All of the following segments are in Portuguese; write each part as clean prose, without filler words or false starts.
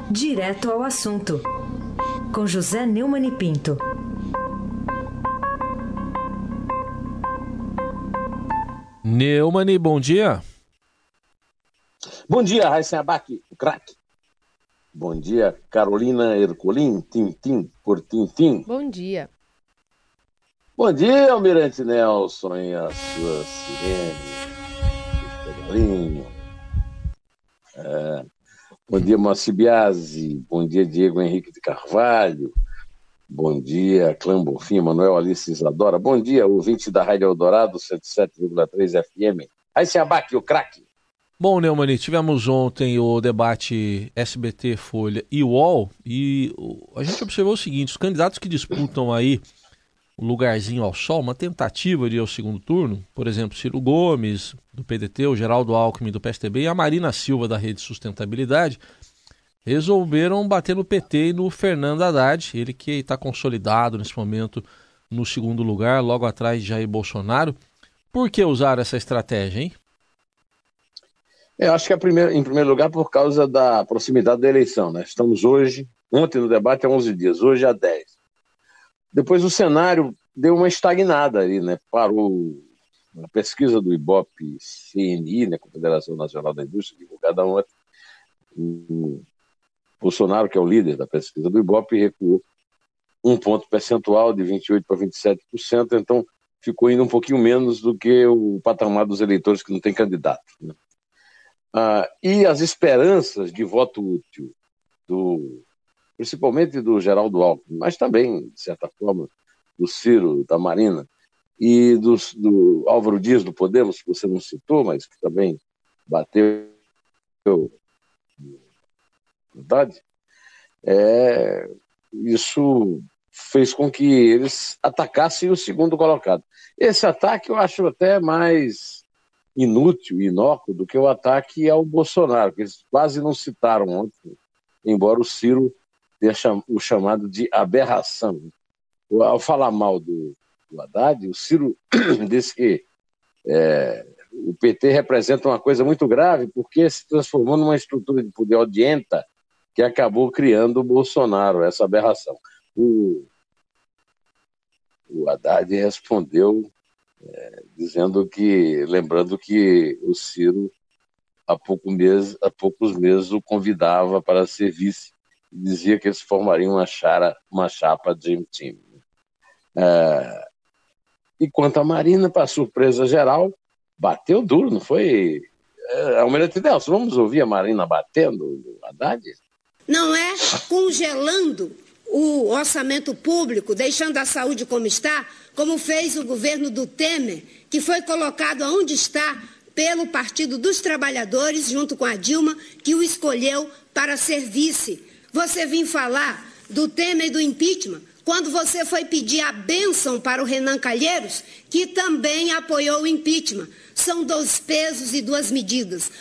Direto ao assunto, com José Neumann e Pinto. Neumann, bom dia. Bom dia, Raíssa Abac, o craque. Bom dia, Carolina Ercolim, tintim por tintim. Bom dia. Bom dia, Almirante Nelson e a sua sirene, Pedrinho. Bom dia, Moacir Biasi. Bom dia, Diego Henrique de Carvalho. Bom dia, Clã Bonfim, Manuel Alice Isadora. Bom dia, ouvinte da Rádio Eldorado, 107,3 FM. Raíssa Abac, o craque. Bom, Neumann, tivemos ontem o debate SBT, Folha e UOL, e a gente observou o seguinte: os candidatos que disputam aí o lugarzinho ao sol, uma tentativa de ir ao segundo turno, por exemplo, Ciro Gomes, do PDT, o Geraldo Alckmin, do PSDB, e a Marina Silva, da Rede Sustentabilidade, resolveram bater no PT e no Fernando Haddad, ele que está consolidado nesse momento no segundo lugar, logo atrás de Jair Bolsonaro. Por que usar essa estratégia, hein? Eu acho que em primeiro lugar por causa da proximidade da eleição, né? Estamos ontem no debate há 11 dias, hoje há 10. Depois o cenário deu uma estagnada aí, né? Parou a pesquisa do Ibope-CNI, né? Confederação Nacional da Indústria, divulgada ontem. O Bolsonaro, que é o líder da pesquisa do Ibope, recuou um ponto percentual de 28% para 27%, então ficou indo um pouquinho menos do que o patamar dos eleitores que não tem candidato, né? E as esperanças de voto útil, principalmente do Geraldo Alckmin, mas também, de certa forma, do Ciro, da Marina, e do Álvaro Dias, do Podemos, que você não citou, mas que também bateu verdade, isso fez com que eles atacassem o segundo colocado. Esse ataque eu acho até mais inútil e inócuo do que o ataque ao Bolsonaro, que eles quase não citaram ontem, embora o Ciro tenha o chamado de aberração. Ao falar mal do Haddad, o Ciro disse que o PT representa uma coisa muito grave porque se transformou numa estrutura de poder odienta que acabou criando o Bolsonaro, essa aberração. O Haddad respondeu lembrando que o Ciro há poucos meses o convidava para ser vice e dizia que eles formariam uma chapa Dream Team. E quanto à Marina, para surpresa geral, bateu duro, não foi? Almirante Nelson, vamos ouvir a Marina batendo o Haddad? Não é congelando o orçamento público, deixando a saúde como está, como fez o governo do Temer, que foi colocado aonde está pelo Partido dos Trabalhadores, junto com a Dilma, que o escolheu para ser vice. Você vem falar do Temer e do impeachment, quando você foi pedir a bênção para o Renan Calheiros, que também apoiou o impeachment. São 2 pesos e 2 medidas.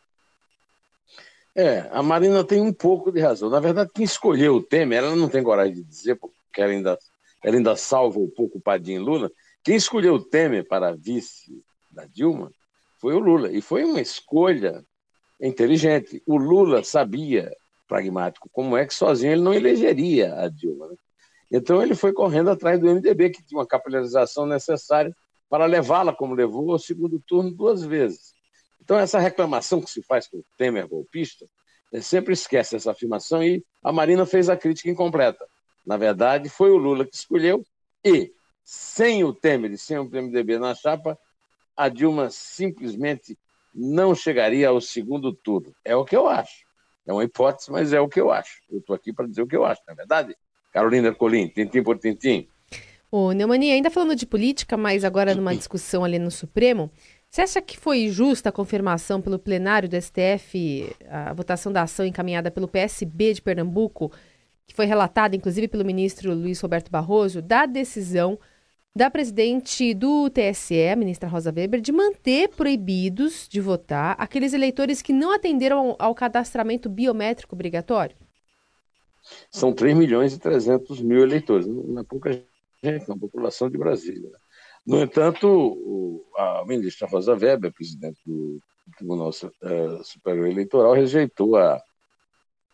A Marina tem um pouco de razão. Na verdade, quem escolheu o Temer, ela não tem coragem de dizer, porque ela ainda salva um pouco o Padim Lula. Quem escolheu o Temer para vice da Dilma foi o Lula. E foi uma escolha inteligente. O Lula sabia, pragmático, como é que sozinho ele não elegeria a Dilma, né? Então ele foi correndo atrás do MDB, que tinha uma capilarização necessária para levá-la, como levou, ao segundo turno 2 vezes. Então, essa reclamação que se faz com o Temer golpista, sempre esquece essa afirmação e a Marina fez a crítica incompleta. Na verdade, foi o Lula que escolheu e, sem o Temer e sem o MDB na chapa, a Dilma simplesmente não chegaria ao segundo turno. É o que eu acho. É uma hipótese, mas é o que eu acho. Eu estou aqui para dizer o que eu acho, não é verdade? Carolina Ercolim, tintim por tintim. Ô, Neumann, ainda falando de política, mas agora numa discussão ali no Supremo, você acha que foi justa a confirmação pelo plenário do STF, a votação da ação encaminhada pelo PSB de Pernambuco, que foi relatada inclusive pelo ministro Luiz Roberto Barroso, da decisão da presidente do TSE, a ministra Rosa Weber, de manter proibidos de votar aqueles eleitores que não atenderam ao cadastramento biométrico obrigatório? São 3.300.000 eleitores, não é pouca gente, é uma população de Brasília, né? No entanto, a ministra Rosa Weber, presidente do Tribunal Superior Eleitoral, rejeitou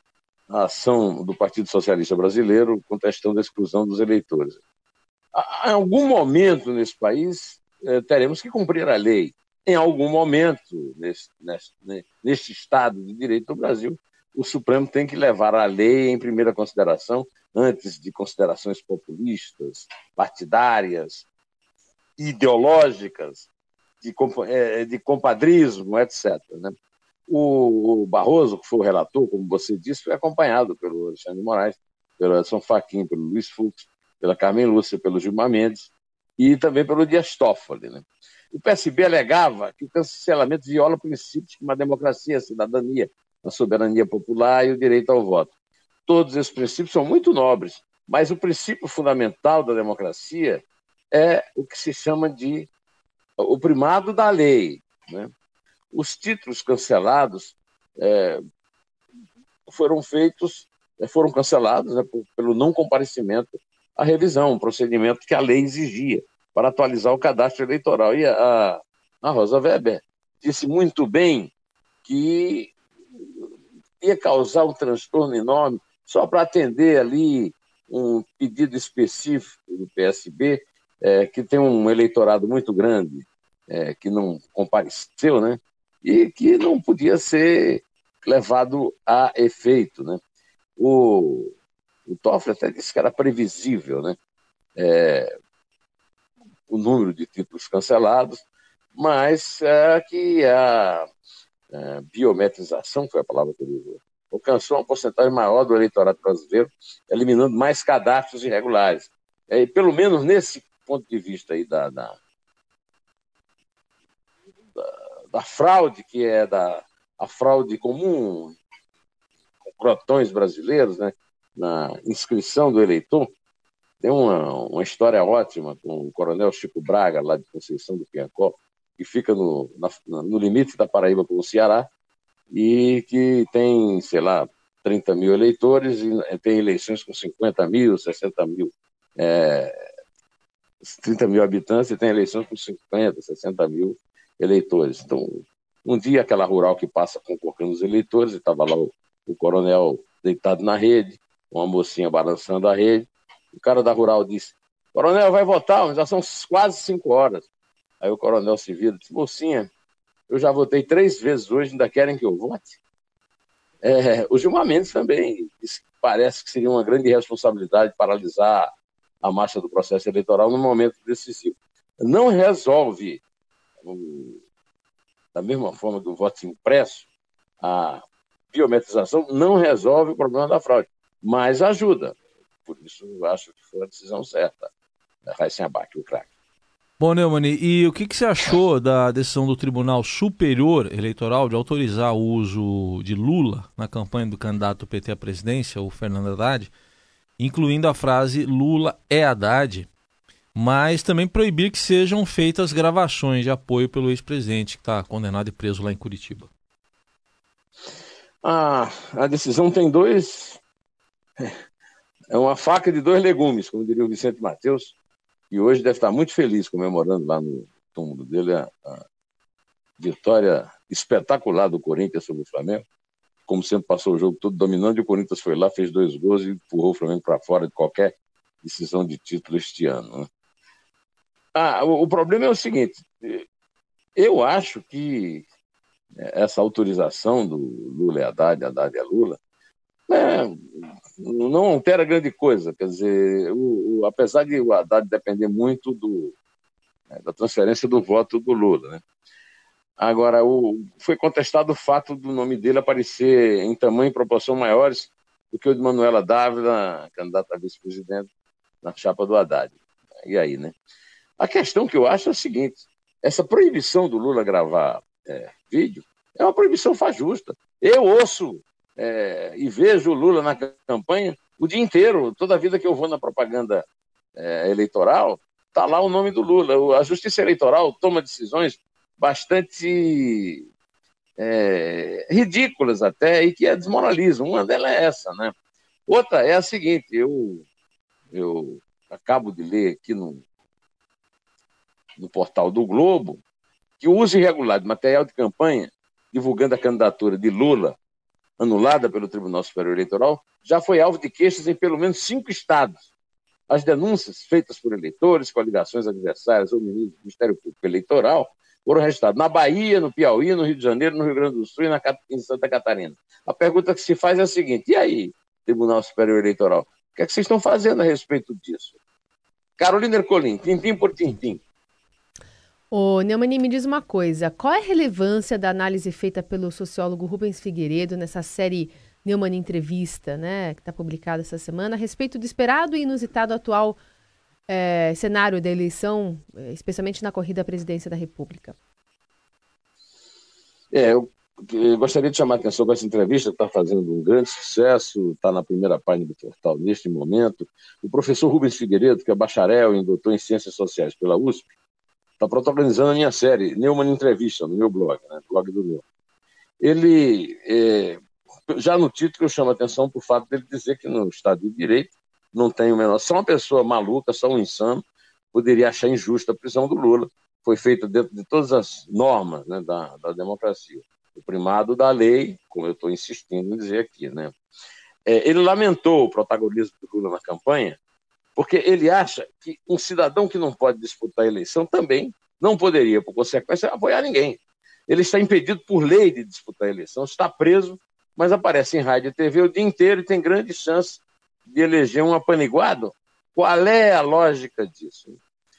a ação do Partido Socialista Brasileiro contestando a exclusão dos eleitores. Em algum momento nesse país, teremos que cumprir a lei. Em algum momento, neste Estado de Direito do Brasil, o Supremo tem que levar a lei em primeira consideração, antes de considerações populistas, partidárias, ideológicas, de compadrismo, etc. Né? O Barroso, que foi o relator, como você disse, foi acompanhado pelo Alexandre de Moraes, pelo Edson Fachin, pelo Luiz Fux, pela Carmen Lúcia, pelo Gilmar Mendes e também pelo Dias Toffoli. Né? O PSB alegava que o cancelamento viola princípios como a democracia, a cidadania, a soberania popular e o direito ao voto. Todos esses princípios são muito nobres, mas o princípio fundamental da democracia é o que se chama de o primado da lei. Né? Os títulos cancelados foram cancelados, né, pelo não comparecimento à revisão, um procedimento que a lei exigia para atualizar o cadastro eleitoral. E a Rosa Weber disse muito bem que ia causar um transtorno enorme só para atender ali um pedido específico do PSB, que tem um eleitorado muito grande, que não compareceu, né? E que não podia ser levado a efeito. Né? O Toffoli até disse que era previsível, né? O número de títulos cancelados, mas que a biometrização, foi a palavra que ele usou, alcançou uma porcentagem maior do eleitorado brasileiro, eliminando mais cadastros irregulares. E pelo menos nesse ponto de vista aí da fraude, que é a fraude comum, com crotões brasileiros, né, na inscrição do eleitor, tem uma história ótima com o coronel Chico Braga, lá de Conceição do Piancó, que fica no limite da Paraíba com o Ceará, e que tem, sei lá, 30 mil eleitores, e tem eleições com 50 mil, 60 mil, 30 mil habitantes, e tem eleições com 50, 60 mil eleitores. Então, um dia aquela rural que passa concorrendo os eleitores, e estava lá o coronel deitado na rede, uma mocinha balançando a rede, o cara da rural disse: coronel, vai votar, já são quase 5 horas. Aí o coronel se vira e disse: mocinha, eu já votei 3 vezes hoje, ainda querem que eu vote? O Gilmar Mendes também disse que parece que seria uma grande responsabilidade paralisar a marcha do processo eleitoral no momento decisivo. Não resolve, da mesma forma do voto impresso, a biometrização não resolve o problema da fraude, mas ajuda. Por isso, eu acho que foi a decisão certa. Raíssen Abac, o craque. Bom, Neumann, e o que você achou da decisão do Tribunal Superior Eleitoral de autorizar o uso de Lula na campanha do candidato do PT à presidência, o Fernando Haddad, incluindo a frase Lula é Haddad, mas também proibir que sejam feitas gravações de apoio pelo ex-presidente, que está condenado e preso lá em Curitiba? A decisão tem é uma faca de 2 legumes, como diria o Vicente Mateus, e hoje deve estar muito feliz comemorando lá no túmulo dele a vitória espetacular do Corinthians sobre o Flamengo. Como sempre, passou o jogo todo dominando, e o Corinthians foi lá, fez 2 gols e empurrou o Flamengo para fora de qualquer decisão de título este ano. Né? O problema é o seguinte: eu acho que essa autorização do Lula é Haddad, Haddad é Lula, não altera grande coisa. Quer dizer, apesar de o Haddad depender muito da transferência do voto do Lula, né? Agora, foi contestado o fato do nome dele aparecer em tamanho e proporção maiores do que o de Manuela Dávila, candidata a vice-presidente, na chapa do Haddad. E aí, né? A questão que eu acho é a seguinte: essa proibição do Lula gravar vídeo é uma proibição fajusta. Eu ouço e vejo o Lula na campanha o dia inteiro. Toda a vida que eu vou na propaganda eleitoral, está lá o nome do Lula. A Justiça Eleitoral toma decisões bastante ridículas até, e que desmoralizam. Uma delas é essa, né? Outra é a seguinte: eu acabo de ler aqui no portal do Globo que o uso irregular de material de campanha divulgando a candidatura de Lula anulada pelo Tribunal Superior Eleitoral, já foi alvo de queixas em pelo menos 5 estados. As denúncias feitas por eleitores, coligações adversárias ou ministros do Ministério Público Eleitoral foram registradas na Bahia, no Piauí, no Rio de Janeiro, no Rio Grande do Sul e em Santa Catarina. A pergunta que se faz é a seguinte: e aí, Tribunal Superior Eleitoral, o que é que vocês estão fazendo a respeito disso? Carolina Ercolim, tintim por tintim. Ô, Neumann, me diz uma coisa, qual é a relevância da análise feita pelo sociólogo Rubens Figueiredo nessa série Neumann Entrevista, né, que está publicada essa semana, a respeito do esperado e inusitado atual cenário da eleição, especialmente na corrida à presidência da República? Eu gostaria de chamar a atenção para essa entrevista, que está fazendo um grande sucesso, está na primeira página do portal neste momento. O professor Rubens Figueiredo, que é bacharel e doutor em Ciências Sociais pela USP, está protagonizando a minha série Neumann Entrevista, no meu blog, né, blog do Neumann. Ele, já no título, eu chamo a atenção para o fato dele dizer que no Estado de Direito não tem o menor... Só uma pessoa maluca, só um insano, poderia achar injusta a prisão do Lula. Foi feita dentro de todas as normas, né, da democracia. O primado da lei, como eu estou insistindo em dizer aqui, né? Ele lamentou o protagonismo do Lula na campanha, porque ele acha que um cidadão que não pode disputar a eleição também não poderia, por consequência, apoiar ninguém. Ele está impedido por lei de disputar a eleição, está preso, mas aparece em rádio e TV o dia inteiro e tem grande chance de eleger um apaniguado. Qual é a lógica disso?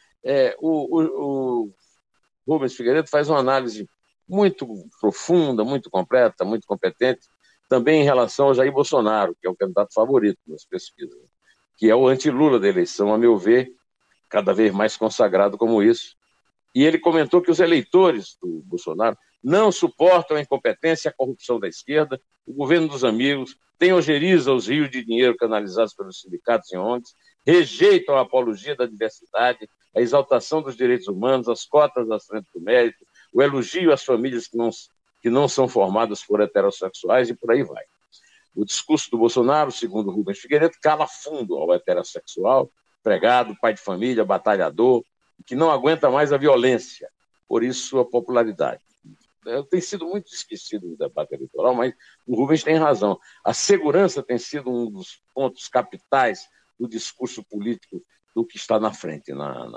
O Rubens Figueiredo faz uma análise muito profunda, muito completa, muito competente, também em relação ao Jair Bolsonaro, que é o candidato favorito nas pesquisas, que é o anti-Lula da eleição, a meu ver, cada vez mais consagrado como isso. E ele comentou que os eleitores do Bolsonaro não suportam a incompetência e a corrupção da esquerda, o governo dos amigos, tem ojeriza os rios de dinheiro canalizados pelos sindicatos e ONGs, rejeitam a apologia da diversidade, a exaltação dos direitos humanos, as cotas à frente do mérito, o elogio às famílias que não são formadas por heterossexuais e por aí vai. O discurso do Bolsonaro, segundo Rubens Figueiredo, cala fundo ao heterossexual, empregado, pai de família, batalhador, que não aguenta mais a violência, por isso sua popularidade. Tem sido muito esquecido no debate eleitoral, mas o Rubens tem razão. A segurança tem sido um dos pontos capitais do discurso político do que está na frente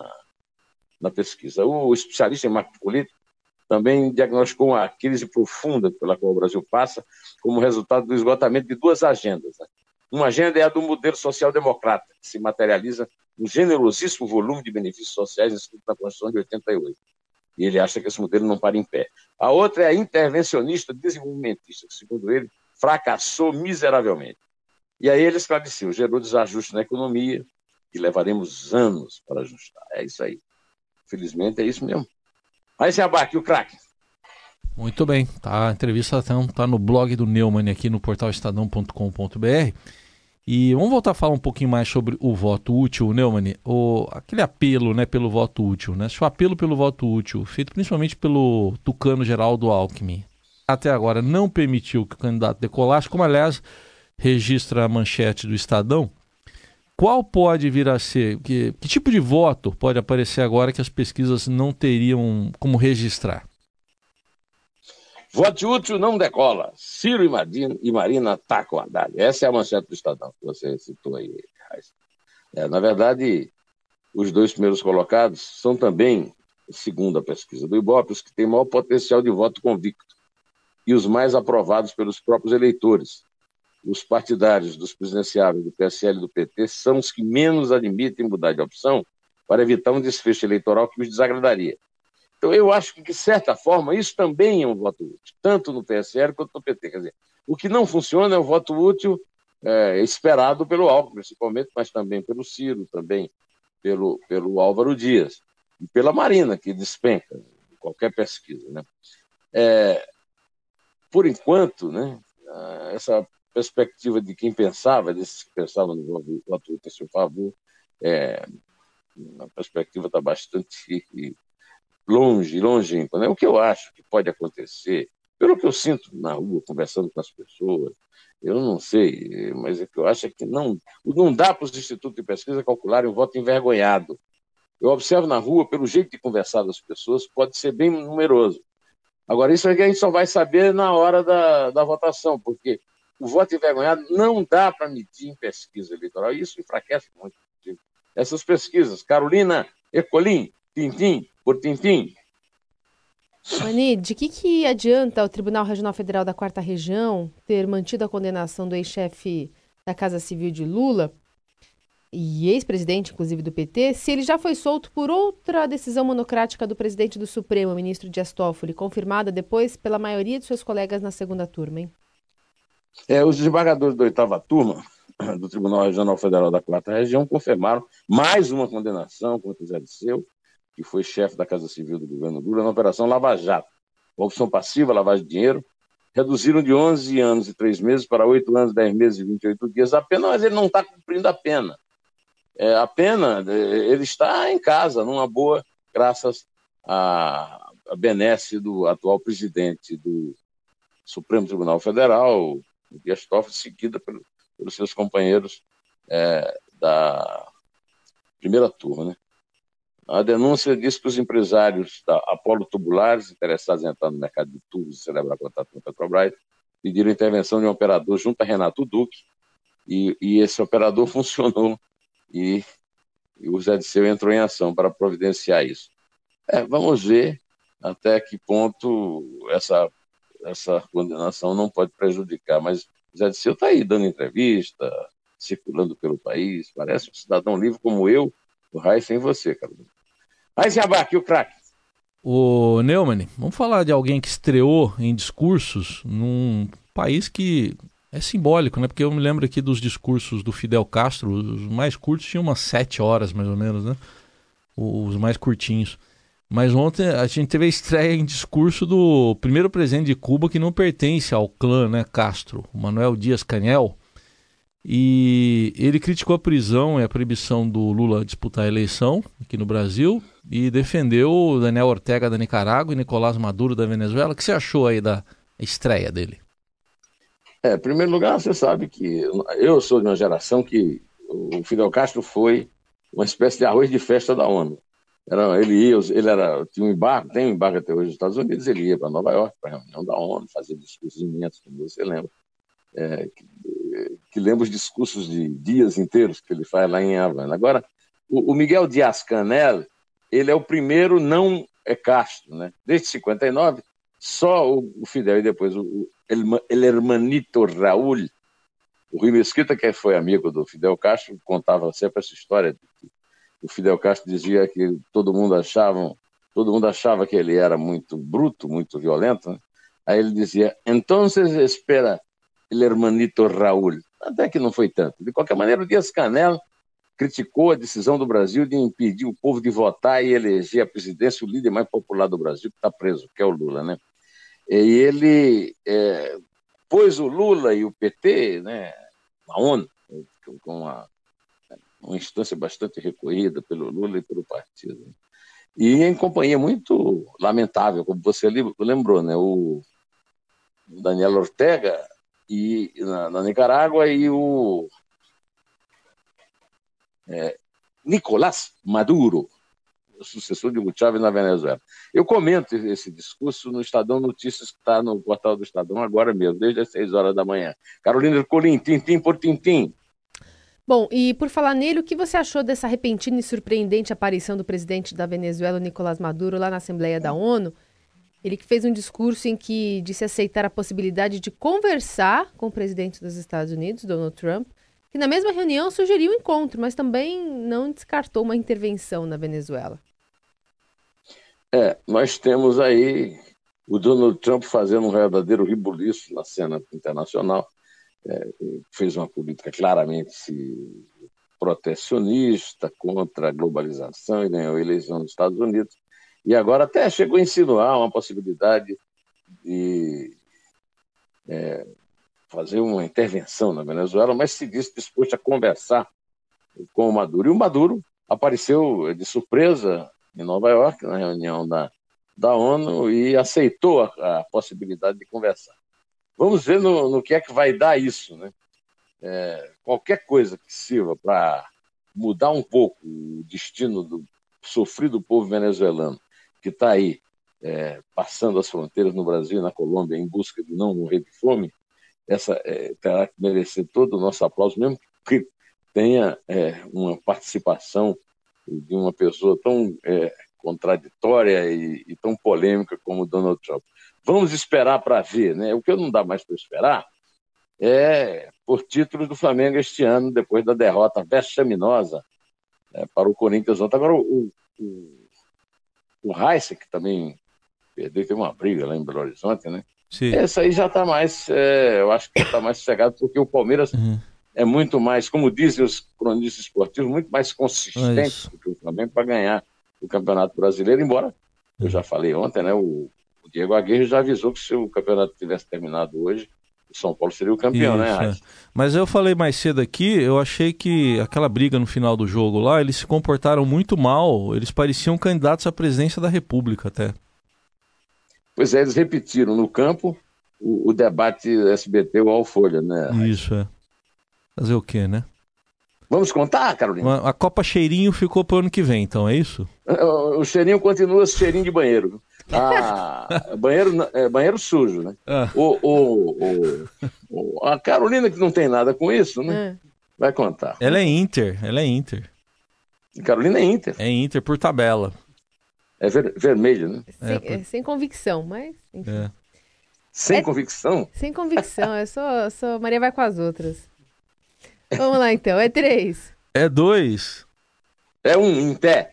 na pesquisa. O especialista em marketing político também diagnosticou uma crise profunda pela qual o Brasil passa como resultado do esgotamento de 2 agendas. Uma agenda é a do modelo social-democrata, que se materializa no generosíssimo volume de benefícios sociais inscrito na Constituição de 88. E ele acha que esse modelo não para em pé. A outra é a intervencionista desenvolvimentista, que, segundo ele, fracassou miseravelmente. E aí ele esclareceu, gerou desajustes na economia, que levaremos anos para ajustar. É isso aí. Felizmente é isso mesmo. Aí se abaque o craque. Muito bem. Tá, a entrevista está no blog do Neumann aqui no portal estadão.com.br. E vamos voltar a falar um pouquinho mais sobre o voto útil, Neumann, aquele apelo, né, pelo voto útil, né? Se o apelo pelo voto útil, feito principalmente pelo tucano Geraldo Alckmin, até agora não permitiu que o candidato decolasse, como aliás registra a manchete do Estadão, qual pode vir a ser, que tipo de voto pode aparecer agora que as pesquisas não teriam como registrar? Voto útil não decola. Ciro e Marina atacam a Haddad. Essa é a manchete do Estadão, que você citou aí. Na verdade, os 2 primeiros colocados são também, segundo a pesquisa do Ibope, os que têm maior potencial de voto convicto e os mais aprovados pelos próprios eleitores. Os partidários dos presidenciáveis do PSL e do PT são os que menos admitem mudar de opção para evitar um desfecho eleitoral que os desagradaria. Então, eu acho que, de certa forma, isso também é um voto útil, tanto no PSL quanto no PT. Quer dizer, o que não funciona é o voto útil esperado pelo Alckmin, principalmente, mas também pelo Ciro, também pelo Álvaro Dias e pela Marina, que despenca em qualquer pesquisa, né? Por enquanto, né, essa perspectiva de quem pensava, desses que pensavam no voto útil em seu favor, a perspectiva está bastante longínqua, né? O que eu acho que pode acontecer, pelo que eu sinto na rua, conversando com as pessoas, eu não sei, mas o que eu acho é que não dá para os institutos de pesquisa calcularem um voto envergonhado. Eu observo na rua, pelo jeito de conversar das pessoas, pode ser bem numeroso. Agora, isso é que a gente só vai saber na hora da votação, porque o voto envergonhado não dá para medir em pesquisa eleitoral, e isso enfraquece muito essas pesquisas. Carolina Ercolim, tintim por tintim. Mani, de que adianta o Tribunal Regional Federal da 4ª Região ter mantido a condenação do ex-chefe da Casa Civil de Lula e ex-presidente, inclusive, do PT, se ele já foi solto por outra decisão monocrática do presidente do Supremo, ministro Dias Toffoli, confirmada depois pela maioria de seus colegas na segunda turma, hein? Os desembargadores da 8ª turma do Tribunal Regional Federal da 4ª Região confirmaram mais uma condenação contra o Zé Dirceu, que foi chefe da Casa Civil do governo Lula, na Operação Lava Jato. Corrupção passiva, lavagem de dinheiro, reduziram de 11 anos e 3 meses para 8 anos, 10 meses e 28 dias a pena, mas ele não está cumprindo a pena. A pena, ele está em casa, numa boa, graças à benesse do atual presidente do Supremo Tribunal Federal, Dias Toffoli, seguida pelos seus companheiros da primeira turma, né? A denúncia diz que os empresários da Apolo Tubulares, interessados em entrar no mercado de tubos e celebrar contato com a Petrobras, pediram intervenção de um operador junto a Renato Duque, e esse operador funcionou, e o Zé Dirceu entrou em ação para providenciar isso. Vamos ver até que ponto essa condenação não pode prejudicar, mas o Zé Dirceu está aí dando entrevista, circulando pelo país, parece um cidadão livre como eu, o Raíssa, sem você, Carolina. Raíssa Abac, o craque. Ô, Neumann, vamos falar de alguém que estreou em discursos num país que é simbólico, né? Porque eu me lembro aqui dos discursos do Fidel Castro, os mais curtos tinham umas 7 horas, mais ou menos, né? Os mais curtinhos. Mas ontem a gente teve a estreia em discurso do primeiro presidente de Cuba, que não pertence ao clã, né, Castro, o Manuel Dias-Canel. E ele criticou a prisão e a proibição do Lula disputar a eleição aqui no Brasil e defendeu o Daniel Ortega da Nicarágua e Nicolás Maduro da Venezuela. O que você achou aí da estreia dele? Em primeiro lugar, você sabe que eu sou de uma geração que o Fidel Castro foi uma espécie de arroz de festa da ONU. Tinha um embarque, tem um embarque até hoje nos Estados Unidos, ele ia para Nova York, para a reunião da ONU, fazia discursos imensos, como você lembra. Que lembra os discursos de dias inteiros que ele faz lá em Havana. Agora, o Miguel Dias-Canel, ele é o primeiro não Castro, né? Desde 59, só o Fidel e depois el hermanito Raúl, o Rui Mesquita, que foi amigo do Fidel Castro, contava sempre essa história de que o Fidel Castro dizia que todo mundo achava que ele era muito bruto, muito violento, né? Aí ele dizia, entonces espera el hermanito Raúl. Até que não foi tanto. De qualquer maneira, o Dias-Canel criticou a decisão do Brasil de impedir o povo de votar e eleger a presidência, o líder mais popular do Brasil, que está preso, que é o Lula, né? E ele pôs o Lula e o PT, né, na ONU, com uma instância bastante recorrida pelo Lula e pelo partido. E em companhia muito lamentável, como você lembrou, né, o Daniel Ortega na Nicarágua e o Nicolás Maduro, o sucessor de Hugo Chávez na Venezuela. Eu comento esse discurso no Estadão Notícias, que está no portal do Estadão agora mesmo, desde as 6 horas da manhã. Carolina Ercolim, tintim por tintim. Bom, e por falar nele, o que você achou dessa repentina e surpreendente aparição do presidente da Venezuela, Nicolás Maduro, lá na Assembleia da ONU? Ele que fez um discurso em que disse aceitar a possibilidade de conversar com o presidente dos Estados Unidos, Donald Trump, que na mesma reunião sugeriu um encontro, mas também não descartou uma intervenção na Venezuela. Nós temos aí o Donald Trump fazendo um verdadeiro rebuliço na cena internacional, fez uma política claramente protecionista contra a globalização e ganhou a eleição nos Estados Unidos. E agora até chegou a insinuar uma possibilidade de fazer uma intervenção na Venezuela, mas se disse disposto a conversar com o Maduro. E o Maduro apareceu de surpresa em Nova York, na reunião da ONU, e aceitou a possibilidade de conversar. Vamos ver no que é que vai dar isso, né? Qualquer coisa que sirva para mudar um pouco o destino do sofrido povo venezuelano, que está aí passando as fronteiras no Brasil e na Colômbia em busca de não morrer de fome, terá que merecer todo o nosso aplauso, mesmo que tenha uma participação de uma pessoa tão contraditória e tão polêmica como Donald Trump. Vamos esperar para ver, né? O que não dá mais para esperar é por títulos do Flamengo este ano, depois da derrota vexaminosa para o Corinthians ontem. Agora, o Raíssa, que também perdeu, teve uma briga lá em Belo Horizonte, né? Sim. Essa aí já está mais, eu acho que está mais sossegado, porque o Palmeiras é muito mais, como dizem os cronistas esportivos, muito mais consistente do que o Flamengo para ganhar o Campeonato Brasileiro, embora, eu já falei ontem, né? O Diego Aguirre já avisou que se o campeonato tivesse terminado hoje, o São Paulo seria o campeão, né, Raíssa? Mas eu falei mais cedo aqui, eu achei que aquela briga no final do jogo lá, eles se comportaram muito mal, eles pareciam candidatos à presidência da República até. Pois é, eles repetiram no campo o debate SBT ou Alfolha, né, Raíssa? Isso, Fazer o quê, né? Vamos contar, Carolina? A Copa Cheirinho ficou pro ano que vem, então, é isso? O cheirinho continua cheirinho de banheiro. Banheiro sujo, né? A Carolina, que não tem nada com isso, né? Vai contar. Ela é Inter. Carolina é Inter. É Inter por tabela. É vermelho, né? Sem convicção, mas... Enfim. Sem convicção? Sem convicção, eu sou Maria vai com as outras. Vamos lá, então. É 3. É 2. É 1, em pé.